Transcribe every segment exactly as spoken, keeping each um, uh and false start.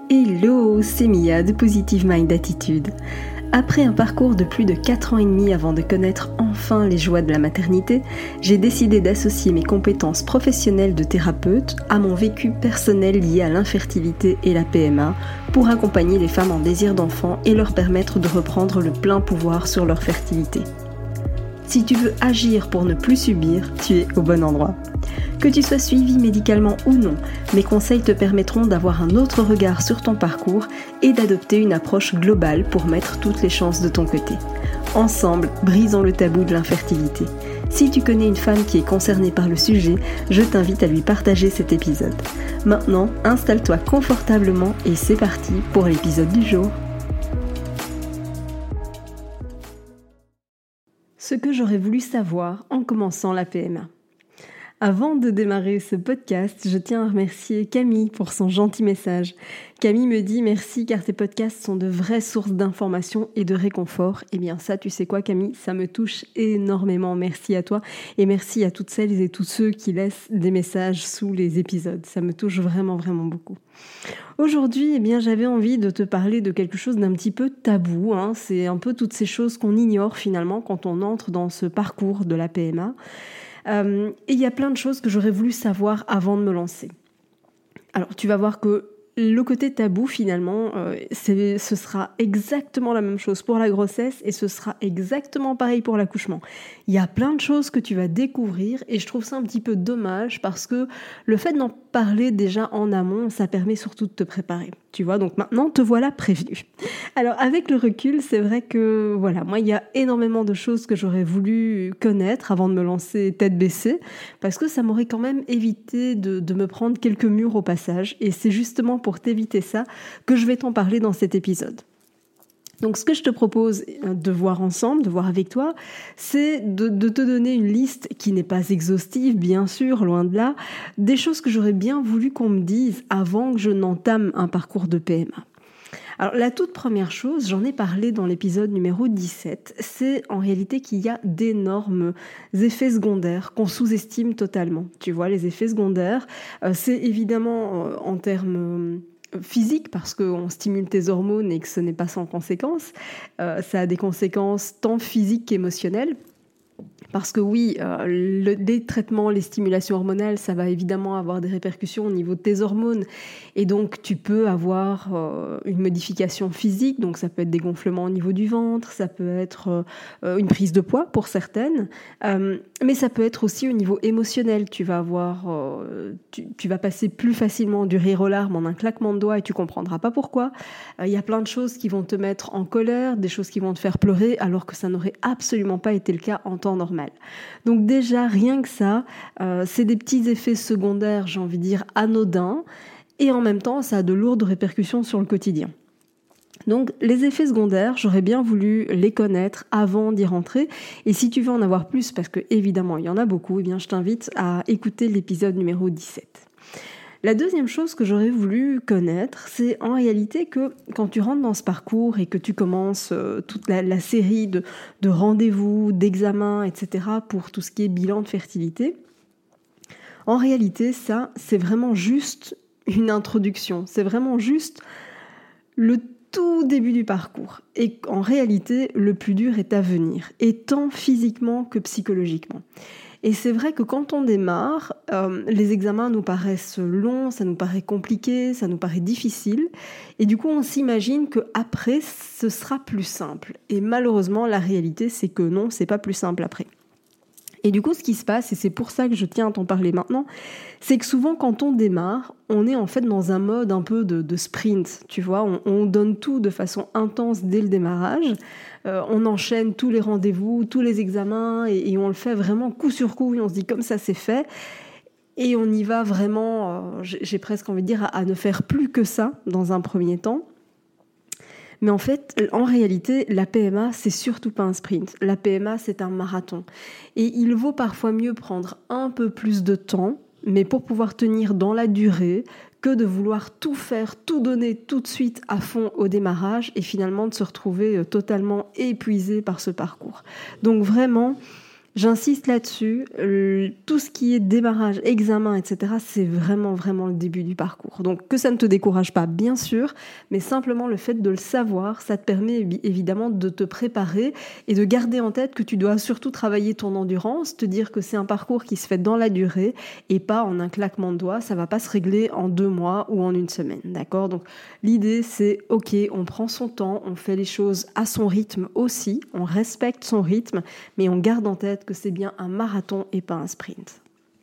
Hello, c'est Mia de Positive Mind Attitude. Après un parcours de plus de quatre ans et demi avant de connaître enfin les joies de la maternité, j'ai décidé d'associer mes compétences professionnelles de thérapeute à mon vécu personnel lié à l'infertilité et la P M A pour accompagner les femmes en désir d'enfant et leur permettre de reprendre le plein pouvoir sur leur fertilité. Si tu veux agir pour ne plus subir, tu es au bon endroit. Que tu sois suivi médicalement ou non, mes conseils te permettront d'avoir un autre regard sur ton parcours et d'adopter une approche globale pour mettre toutes les chances de ton côté. Ensemble, brisons le tabou de l'infertilité. Si tu connais une femme qui est concernée par le sujet, je t'invite à lui partager cet épisode. Maintenant, installe-toi confortablement et c'est parti pour l'épisode du jour. Ce que j'aurais voulu savoir en commençant la P M A. Avant de démarrer ce podcast, je tiens à remercier Camille pour son gentil message. Camille me dit merci car tes podcasts sont de vraies sources d'informations et de réconfort. Eh bien ça, tu sais quoi Camille, ça me touche énormément. Merci à toi et merci à toutes celles et tous ceux qui laissent des messages sous les épisodes. Ça me touche vraiment vraiment beaucoup. Aujourd'hui, eh bien, j'avais envie de te parler de quelque chose d'un petit peu tabou. Hein. C'est un peu toutes ces choses qu'on ignore finalement quand on entre dans ce parcours de la P M A. Euh, et il y a plein de choses que j'aurais voulu savoir avant de me lancer. Alors, tu vas voir que le côté tabou, finalement, euh, c'est, ce sera exactement la même chose pour la grossesse et ce sera exactement pareil pour l'accouchement. Il y a plein de choses que tu vas découvrir et je trouve ça un petit peu dommage parce que le fait d'en parler déjà en amont, ça permet surtout de te préparer. Tu vois, donc maintenant, te voilà prévenu. Alors, avec le recul, c'est vrai que, voilà, moi, il y a énormément de choses que j'aurais voulu connaître avant de me lancer tête baissée, parce que ça m'aurait quand même évité de, de me prendre quelques murs au passage, et c'est justement pour t'éviter ça que je vais t'en parler dans cet épisode. Donc, ce que je te propose de voir ensemble, de voir avec toi, c'est de, de te donner une liste qui n'est pas exhaustive, bien sûr, loin de là, des choses que j'aurais bien voulu qu'on me dise avant que je n'entame un parcours de P M A. Alors, la toute première chose, j'en ai parlé dans l'épisode numéro dix-sept, c'est en réalité qu'il y a d'énormes effets secondaires qu'on sous-estime totalement. Tu vois, les effets secondaires, euh, c'est évidemment euh, en termes Euh, physique parce qu'on stimule tes hormones et que ce n'est pas sans conséquences. Euh, ça a des conséquences tant physiques qu'émotionnelles. Parce que oui, euh, le, les traitements, les stimulations hormonales, ça va évidemment avoir des répercussions au niveau de tes hormones. Et donc, tu peux avoir euh, une modification physique. Donc, ça peut être des gonflements au niveau du ventre, ça peut être euh, une prise de poids pour certaines. Euh, mais ça peut être aussi au niveau émotionnel. Tu vas avoir, euh, tu, tu vas passer plus facilement du rire aux larmes en un claquement de doigts et tu comprendras pas pourquoi. Il euh, y a plein de choses qui vont te mettre en colère, des choses qui vont te faire pleurer, alors que ça n'aurait absolument pas été le cas en temps normal. Donc déjà, rien que ça, euh, c'est des petits effets secondaires, j'ai envie de dire, anodins, et en même temps, ça a de lourdes répercussions sur le quotidien. Donc les effets secondaires, j'aurais bien voulu les connaître avant d'y rentrer, et si tu veux en avoir plus, parce que évidemment il y en a beaucoup, eh bien je t'invite à écouter l'épisode numéro dix-sept. La deuxième chose que j'aurais voulu connaître, c'est en réalité que quand tu rentres dans ce parcours et que tu commences euh, toute la, la série de, de rendez-vous, d'examens, et cetera pour tout ce qui est bilan de fertilité, en réalité, ça, c'est vraiment juste une introduction. C'est vraiment juste le tout début du parcours. Et en réalité, le plus dur est à venir, et tant physiquement que psychologiquement. Et c'est vrai que quand on démarre, euh, les examens nous paraissent longs, ça nous paraît compliqué, ça nous paraît difficile. Et du coup, on s'imagine qu'après, ce sera plus simple. Et malheureusement, la réalité, c'est que non, c'est pas plus simple après. Et du coup, ce qui se passe, et c'est pour ça que je tiens à t'en parler maintenant, c'est que souvent, quand on démarre, on est en fait dans un mode un peu de, de sprint, tu vois, on, on donne tout de façon intense dès le démarrage, euh, on enchaîne tous les rendez-vous, tous les examens, et, et on le fait vraiment coup sur coup, et on se dit comme ça c'est fait, et on y va vraiment, euh, j'ai, j'ai presque envie de dire, à, à ne faire plus que ça dans un premier temps. Mais en fait, en réalité, la P M A, c'est surtout pas un sprint. La P M A, c'est un marathon. Et il vaut parfois mieux prendre un peu plus de temps, mais pour pouvoir tenir dans la durée, que de vouloir tout faire, tout donner tout de suite à fond au démarrage et finalement de se retrouver totalement épuisé par ce parcours. Donc vraiment, J'insiste là-dessus, euh, tout ce qui est démarrage, examen, et cetera, c'est vraiment, vraiment le début du parcours. Donc que ça ne te décourage pas, bien sûr, mais simplement le fait de le savoir, ça te permet évidemment de te préparer et de garder en tête que tu dois surtout travailler ton endurance, te dire que c'est un parcours qui se fait dans la durée et pas en un claquement de doigts, ça va pas se régler en deux mois ou en une semaine, d'accord ? Donc l'idée c'est, ok, on prend son temps, on fait les choses à son rythme aussi, on respecte son rythme, mais on garde en tête que c'est bien un marathon et pas un sprint.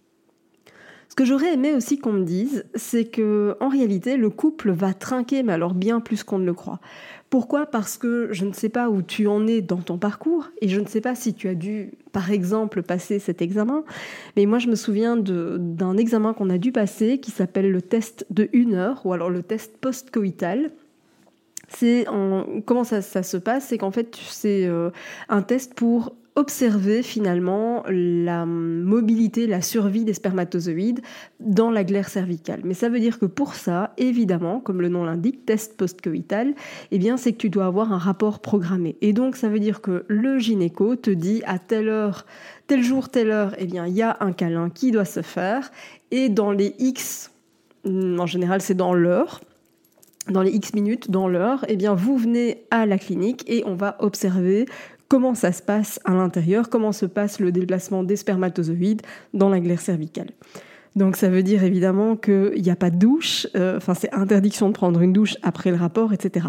Ce que j'aurais aimé aussi qu'on me dise, c'est que en réalité, le couple va trinquer, mais alors bien plus qu'on ne le croit. Pourquoi ? Parce que je ne sais pas où tu en es dans ton parcours, et je ne sais pas si tu as dû, par exemple, passer cet examen, mais moi je me souviens de, d'un examen qu'on a dû passer, qui s'appelle le test de une heure, ou alors le test post-coïtal. C'est en, comment ça, ça se passe ? C'est qu'en fait, c'est euh, un test pour observer finalement la mobilité, la survie des spermatozoïdes dans la glaire cervicale. Mais ça veut dire que pour ça, évidemment, comme le nom l'indique, test post-coïtal, eh bien, c'est que tu dois avoir un rapport programmé. Et donc, ça veut dire que le gynéco te dit à telle heure, tel jour, telle heure, eh bien, il y a un câlin qui doit se faire. Et dans les X, en général, c'est dans l'heure, dans les X minutes, dans l'heure, eh bien, vous venez à la clinique et on va observer comment ça se passe à l'intérieur, comment se passe le déplacement des spermatozoïdes dans la glaire cervicale. Donc ça veut dire évidemment qu'il n'y a pas de douche, euh, enfin c'est interdiction de prendre une douche après le rapport, et cetera.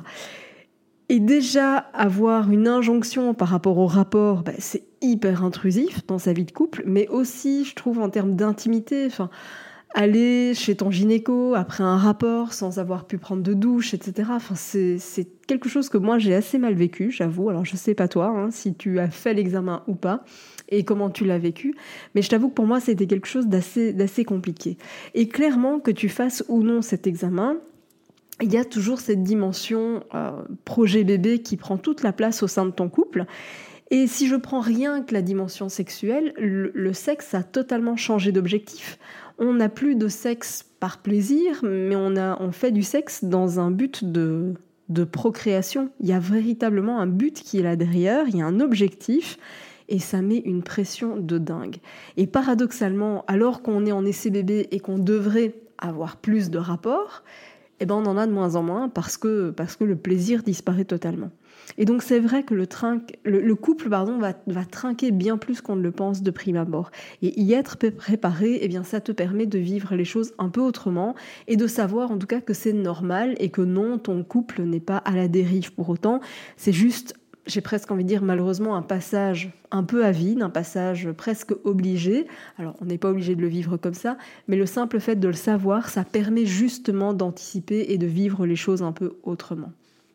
Et déjà, avoir une injonction par rapport au rapport, bah, c'est hyper intrusif dans sa vie de couple, mais aussi, je trouve, en termes d'intimité, enfin... aller chez ton gynéco après un rapport sans avoir pu prendre de douche, et cetera. Enfin, c'est, c'est quelque chose que moi j'ai assez mal vécu, j'avoue. Alors je sais pas toi, hein, si tu as fait l'examen ou pas, et comment tu l'as vécu, mais je t'avoue que pour moi c'était quelque chose d'assez, d'assez compliqué. Et clairement, que tu fasses ou non cet examen, il y a toujours cette dimension euh, projet bébé qui prend toute la place au sein de ton couple. Et si je prends rien que la dimension sexuelle, le, le sexe a totalement changé d'objectif. On n'a plus de sexe par plaisir, mais on, a, on fait du sexe dans un but de, de procréation. Il y a véritablement un but qui est là derrière, il y a un objectif, et ça met une pression de dingue. Et paradoxalement, alors qu'on est en essai bébé et qu'on devrait avoir plus de rapports, eh ben on en a de moins en moins parce que, parce que le plaisir disparaît totalement. Et donc c'est vrai que le, trinque, le, le couple pardon, va, va trinquer bien plus qu'on ne le pense de prime abord. Et y être préparé, eh bien, ça te permet de vivre les choses un peu autrement et de savoir en tout cas que c'est normal et que non, ton couple n'est pas à la dérive pour autant. C'est juste, j'ai presque envie de dire malheureusement, un passage un peu à vide, un passage presque obligé. Alors on n'est pas obligé de le vivre comme ça, mais le simple fait de le savoir, ça permet justement d'anticiper et de vivre les choses un peu autrement.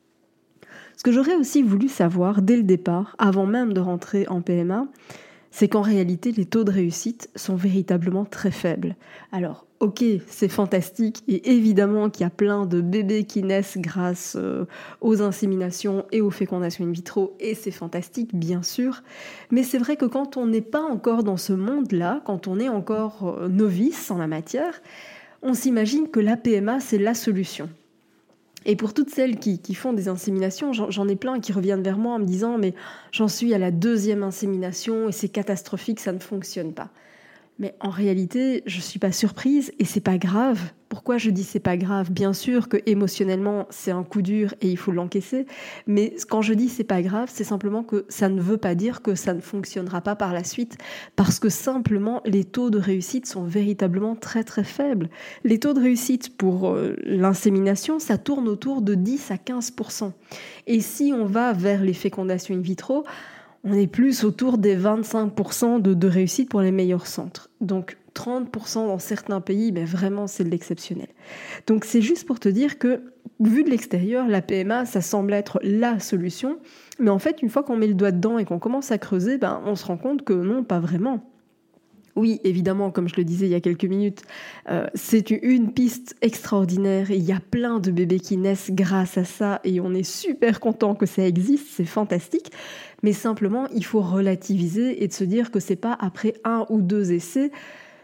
Ce que j'aurais aussi voulu savoir dès le départ, avant même de rentrer en P M A, c'est qu'en réalité, les taux de réussite sont véritablement très faibles. Alors, ok, c'est fantastique, et évidemment qu'il y a plein de bébés qui naissent grâce euh, aux inséminations et aux fécondations in vitro, et c'est fantastique, bien sûr, mais c'est vrai que quand on n'est pas encore dans ce monde-là, quand on est encore euh, novice en la matière, on s'imagine que la P M A, c'est la solution. Et pour toutes celles qui, qui font des inséminations, j'en, j'en ai plein qui reviennent vers moi en me disant « mais j'en suis à la deuxième insémination et c'est catastrophique, ça ne fonctionne pas ». Mais en réalité, je suis pas surprise et c'est pas grave. Pourquoi je dis c'est pas grave ? Bien sûr que émotionnellement, c'est un coup dur et il faut l'encaisser. Mais quand je dis c'est pas grave, c'est simplement que ça ne veut pas dire que ça ne fonctionnera pas par la suite. Parce que simplement, les taux de réussite sont véritablement très très faibles. Les taux de réussite pour euh, l'insémination, ça tourne autour de dix à quinze pour cent. Et si on va vers les fécondations in vitro, on est plus autour des vingt-cinq pour cent de, de réussite pour les meilleurs centres. Donc trente pour cent dans certains pays, mais vraiment c'est de l'exceptionnel. Donc c'est juste pour te dire que, vu de l'extérieur, la P M A, ça semble être la solution. Mais en fait, une fois qu'on met le doigt dedans et qu'on commence à creuser, ben, on se rend compte que non, pas vraiment. Oui, évidemment, comme je le disais il y a quelques minutes, euh, c'est une piste extraordinaire et il y a plein de bébés qui naissent grâce à ça et on est super content que ça existe, c'est fantastique. Mais simplement, il faut relativiser et de se dire que c'est pas après un ou deux essais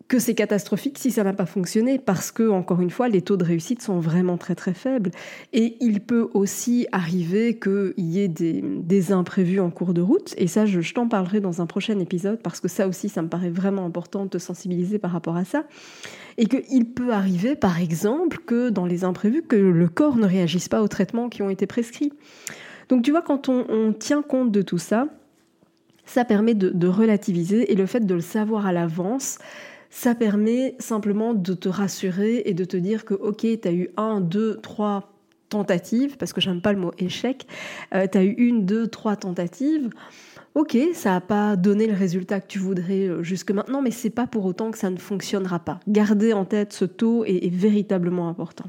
que c'est catastrophique si ça n'a pas fonctionné parce que, encore une fois, les taux de réussite sont vraiment très très faibles. Et il peut aussi arriver qu'il y ait des, des imprévus en cours de route. Et ça, je, je t'en parlerai dans un prochain épisode parce que ça aussi, ça me paraît vraiment important de te sensibiliser par rapport à ça. Et qu'il peut arriver, par exemple, que dans les imprévus, que le corps ne réagisse pas aux traitements qui ont été prescrits. Donc tu vois, quand on, on tient compte de tout ça, ça permet de, de relativiser et le fait de le savoir à l'avance, ça permet simplement de te rassurer et de te dire que ok, tu as eu un, deux, trois tentatives, parce que j'aime pas le mot échec, euh, tu as eu une, deux, trois tentatives, ok, ça n'a pas donné le résultat que tu voudrais jusque maintenant, mais c'est pas pour autant que ça ne fonctionnera pas. Garder en tête ce taux est, est véritablement important.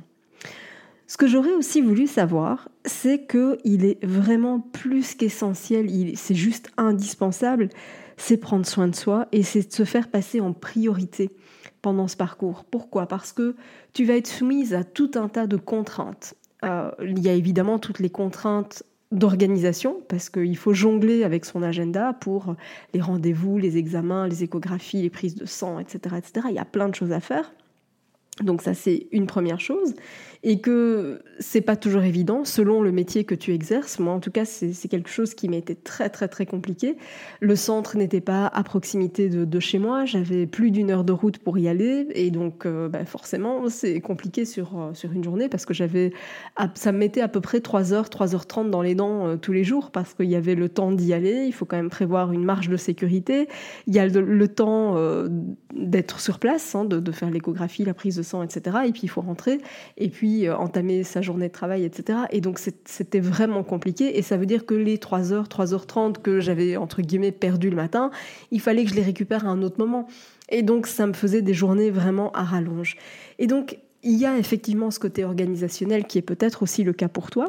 Ce que j'aurais aussi voulu savoir, c'est qu'il est vraiment plus qu'essentiel, il, c'est juste indispensable, c'est prendre soin de soi et c'est de se faire passer en priorité pendant ce parcours. Pourquoi ? Parce que tu vas être soumise à tout un tas de contraintes. Euh, il y a évidemment toutes les contraintes d'organisation, parce qu'il faut jongler avec son agenda pour les rendez-vous, les examens, les échographies, les prises de sang, et cetera, et cetera. Il y a plein de choses à faire. Donc ça, c'est une première chose. Et que c'est pas toujours évident selon le métier que tu exerces. Moi, en tout cas, c'est, c'est quelque chose qui m'était très, très, très compliqué. Le centre n'était pas à proximité de, de chez moi. J'avais plus d'une heure de route pour y aller. Et donc, euh, bah, forcément, c'est compliqué sur, euh, sur une journée parce que j'avais, ça me mettait à peu près trois heures, trois heures trente dans les dents euh, tous les jours parce qu'il y avait le temps d'y aller. Il faut quand même prévoir une marge de sécurité. Il y a le, le temps euh, d'être sur place, hein, de, de faire l'échographie, la prise de sang, et cetera. Et puis, il faut rentrer. Et puis, entamer sa journée de travail, et cetera. Et donc, c'était vraiment compliqué. Et ça veut dire que les trois heures, trois heures trente que j'avais, entre guillemets, perdu le matin, il fallait que je les récupère à un autre moment. Et donc, ça me faisait des journées vraiment à rallonge. Et donc, il y a effectivement ce côté organisationnel qui est peut-être aussi le cas pour toi.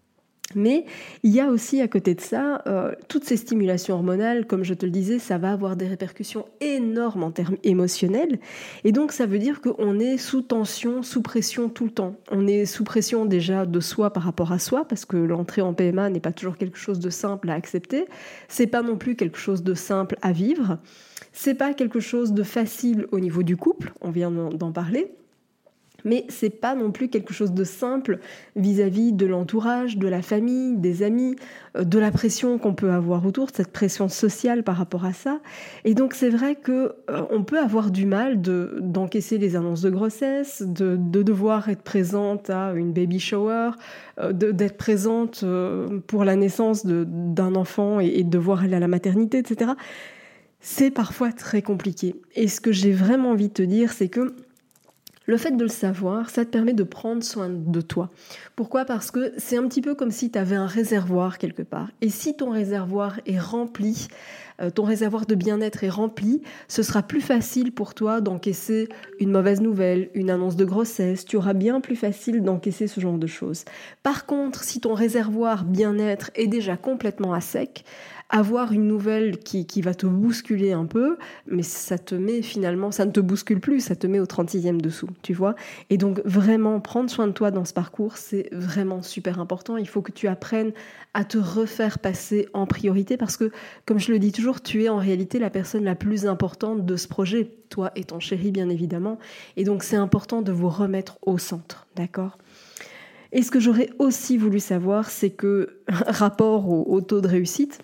Mais il y a aussi à côté de ça, euh, toutes ces stimulations hormonales, comme je te le disais, ça va avoir des répercussions énormes en termes émotionnels. Et donc ça veut dire qu'on est sous tension, sous pression tout le temps. On est sous pression déjà de soi par rapport à soi, parce que l'entrée en P M A n'est pas toujours quelque chose de simple à accepter. C'est pas non plus quelque chose de simple à vivre. C'est pas quelque chose de facile au niveau du couple, on vient d'en parler. Mais c'est pas non plus quelque chose de simple vis-à-vis de l'entourage, de la famille, des amis, de la pression qu'on peut avoir autour, cette pression sociale par rapport à ça. Et donc c'est vrai que euh, on peut avoir du mal de, d'encaisser les annonces de grossesse, de, de devoir être présente à une baby shower, euh, de, d'être présente euh, pour la naissance de, d'un enfant et, et de devoir aller à la maternité, et cetera. C'est parfois très compliqué. Et ce que j'ai vraiment envie de te dire, c'est que le fait de le savoir, ça te permet de prendre soin de toi. Pourquoi ? Parce que c'est un petit peu comme si tu avais un réservoir quelque part. Et si ton réservoir est rempli, euh, ton réservoir de bien-être est rempli, ce sera plus facile pour toi d'encaisser une mauvaise nouvelle, une annonce de grossesse. Tu auras bien plus facile d'encaisser ce genre de choses. Par contre, si ton réservoir bien-être est déjà complètement à sec, avoir une nouvelle qui, qui va te bousculer un peu, mais ça te met finalement, ça ne te bouscule plus, ça te met au trente-sixième dessous, tu vois. Et donc vraiment, prendre soin de toi dans ce parcours, c'est vraiment super important. Il faut que tu apprennes à te refaire passer en priorité parce que, comme je le dis toujours, tu es en réalité la personne la plus importante de ce projet, toi et ton chéri bien évidemment. Et donc c'est important de vous remettre au centre, d'accord ? Et ce que j'aurais aussi voulu savoir, c'est que, rapport au, au taux de réussite,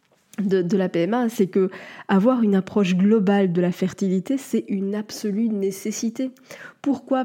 De, de la P M A, c'est que avoir une approche globale de la fertilité, c'est une absolue nécessité. Pourquoi ?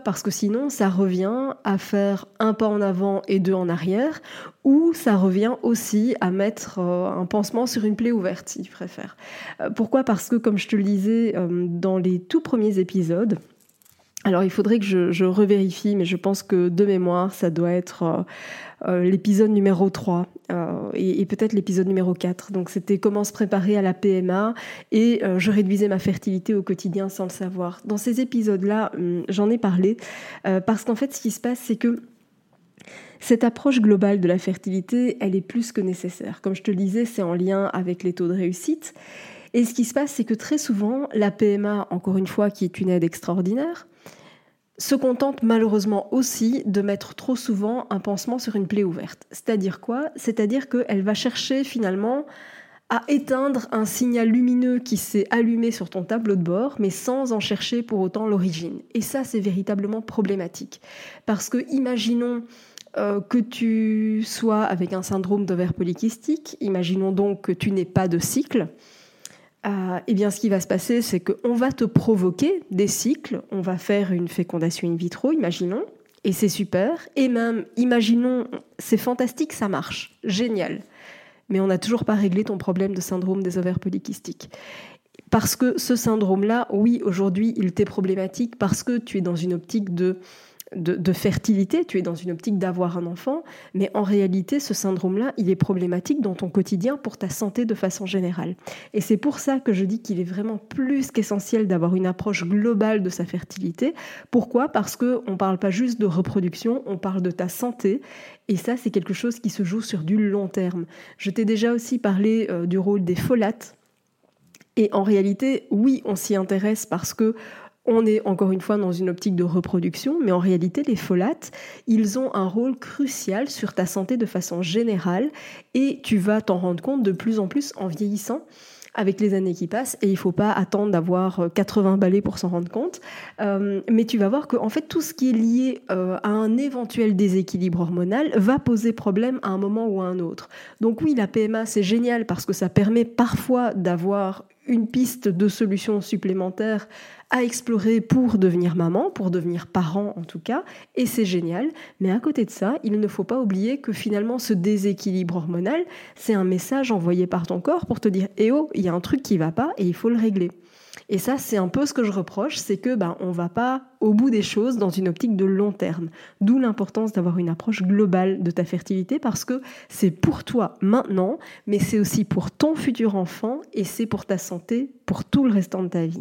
Parce que sinon, ça revient à faire un pas en avant et deux en arrière, ou ça revient aussi à mettre euh, un pansement sur une plaie ouverte, si tu préfères. Euh, pourquoi ? Parce que, comme je te le disais euh, dans les tout premiers épisodes, alors il faudrait que je, je revérifie, mais je pense que de mémoire, ça doit être euh, euh, l'épisode numéro trois euh, et, et peut-être l'épisode numéro quatre. Donc c'était comment se préparer à la P M A et euh, je réduisais ma fertilité au quotidien sans le savoir. Dans ces épisodes-là, hum, j'en ai parlé euh, parce qu'en fait, ce qui se passe, c'est que cette approche globale de la fertilité, elle est plus que nécessaire. Comme je te le disais, c'est en lien avec les taux de réussite. Et ce qui se passe, c'est que très souvent, la P M A, encore une fois, qui est une aide extraordinaire, se contente malheureusement aussi de mettre trop souvent un pansement sur une plaie ouverte. C'est-à-dire quoi ? C'est-à-dire qu'elle va chercher finalement à éteindre un signal lumineux qui s'est allumé sur ton tableau de bord, mais sans en chercher pour autant l'origine. Et ça, c'est véritablement problématique. Parce que, imaginons euh, que tu sois avec un syndrome d'ovaire polykystique, imaginons donc que tu n'aies pas de cycle, euh, eh bien, ce qui va se passer, c'est qu'on va te provoquer des cycles, on va faire une fécondation in vitro, imaginons, et c'est super, et même, imaginons, c'est fantastique, ça marche, génial. Mais on n'a toujours pas réglé ton problème de syndrome des ovaires polykystiques. Parce que ce syndrome-là, oui, aujourd'hui, il t'est problématique parce que tu es dans une optique de, de, de fertilité, tu es dans une optique d'avoir un enfant, mais en réalité, ce syndrome-là, il est problématique dans ton quotidien pour ta santé de façon générale. Et c'est pour ça que je dis qu'il est vraiment plus qu'essentiel d'avoir une approche globale de sa fertilité. Pourquoi ? Parce qu'on ne parle pas juste de reproduction, on parle de ta santé. Et ça, c'est quelque chose qui se joue sur du long terme. Je t'ai déjà aussi parlé euh, du rôle des folates. Et en réalité, oui, on s'y intéresse parce que on est encore une fois dans une optique de reproduction, mais en réalité, les folates, ils ont un rôle crucial sur ta santé de façon générale et tu vas t'en rendre compte de plus en plus en vieillissant avec les années qui passent, et il ne faut pas attendre d'avoir quatre-vingts balais pour s'en rendre compte. Euh, mais tu vas voir que en fait, tout ce qui est lié euh, à un éventuel déséquilibre hormonal va poser problème à un moment ou à un autre. Donc oui, la P M A, c'est génial parce que ça permet parfois d'avoir une piste de solution supplémentaire à explorer pour devenir maman, pour devenir parent en tout cas, et c'est génial. Mais à côté de ça, il ne faut pas oublier que finalement ce déséquilibre hormonal, c'est un message envoyé par ton corps pour te dire « Eh oh, il y a un truc qui ne va pas et il faut le régler ». Et ça, c'est un peu ce que je reproche, c'est que ben, on ne va pas au bout des choses dans une optique de long terme. D'où l'importance d'avoir une approche globale de ta fertilité parce que c'est pour toi maintenant, mais c'est aussi pour ton futur enfant et c'est pour ta santé pour tout le restant de ta vie.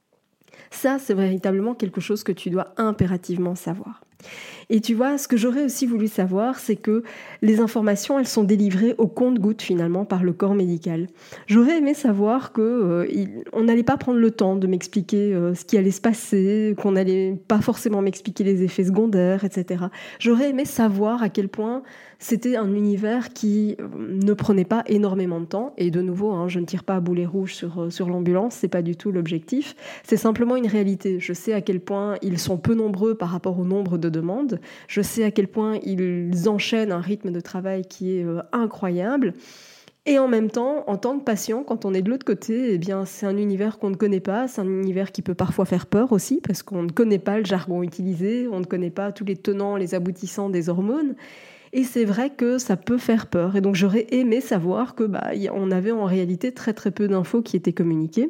Ça, c'est véritablement quelque chose que tu dois impérativement savoir. Et tu vois, ce que j'aurais aussi voulu savoir, c'est que les informations, elles sont délivrées au compte-gouttes finalement par le corps médical. J'aurais aimé savoir qu'on euh, n'allait pas prendre le temps de m'expliquer euh, ce qui allait se passer, qu'on n'allait pas forcément m'expliquer les effets secondaires, et cetera. J'aurais aimé savoir à quel point c'était un univers qui euh, ne prenait pas énormément de temps. Et de nouveau, hein, je ne tire pas à boulet rouge sur, euh, sur l'ambulance, c'est pas du tout l'objectif. C'est simplement une réalité. Je sais à quel point ils sont peu nombreux par rapport au nombre de demandes. Je sais à quel point ils enchaînent un rythme de travail qui est euh, incroyable. Et en même temps, en tant que patient, quand on est de l'autre côté, eh bien, c'est un univers qu'on ne connaît pas, c'est un univers qui peut parfois faire peur aussi, parce qu'on ne connaît pas le jargon utilisé, on ne connaît pas tous les tenants, les aboutissants des hormones. Et c'est vrai que ça peut faire peur. Et donc j'aurais aimé savoir que bah, on avait en réalité très très peu d'infos qui étaient communiquées.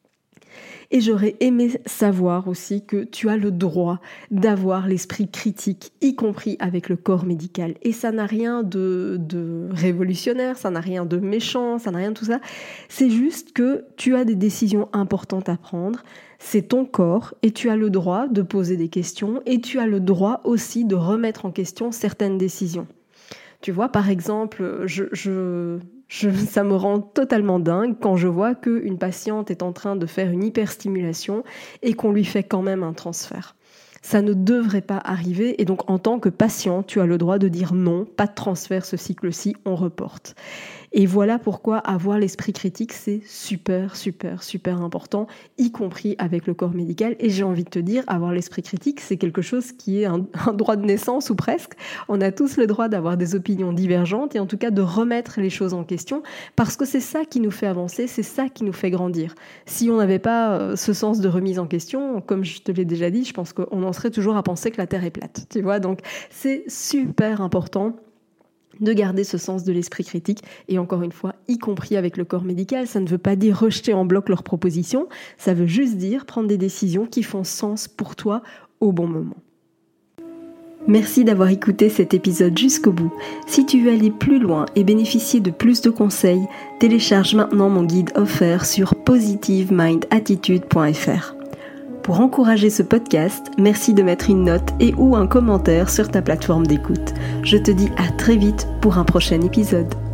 Et j'aurais aimé savoir aussi que tu as le droit d'avoir l'esprit critique, y compris avec le corps médical. Et ça n'a rien de, de révolutionnaire, ça n'a rien de méchant, ça n'a rien de tout ça. C'est juste que tu as des décisions importantes à prendre. C'est ton corps et tu as le droit de poser des questions et tu as le droit aussi de remettre en question certaines décisions. Tu vois, par exemple, je... je Je, ça me rend totalement dingue quand je vois qu'une patiente est en train de faire une hyperstimulation et qu'on lui fait quand même un transfert. Ça ne devrait pas arriver et donc en tant que patient, tu as le droit de dire non, pas de transfert ce cycle-ci, on reporte. Et voilà pourquoi avoir l'esprit critique, c'est super, super, super important, y compris avec le corps médical. Et j'ai envie de te dire, avoir l'esprit critique, c'est quelque chose qui est un, un droit de naissance ou presque. On a tous le droit d'avoir des opinions divergentes et en tout cas de remettre les choses en question parce que c'est ça qui nous fait avancer, c'est ça qui nous fait grandir. Si on n'avait pas ce sens de remise en question, comme je te l'ai déjà dit, je pense qu'on en serait toujours à penser que la Terre est plate. Tu vois, donc c'est super important de garder ce sens de l'esprit critique, et encore une fois, y compris avec le corps médical. Ça ne veut pas dire rejeter en bloc leurs propositions, ça veut juste dire prendre des décisions qui font sens pour toi au bon moment. Merci d'avoir écouté cet épisode jusqu'au bout. Si tu veux aller plus loin et bénéficier de plus de conseils, télécharge maintenant mon guide offert sur positive mind attitude point f r. Pour encourager ce podcast, merci de mettre une note et ou un commentaire sur ta plateforme d'écoute. Je te dis à très vite pour un prochain épisode.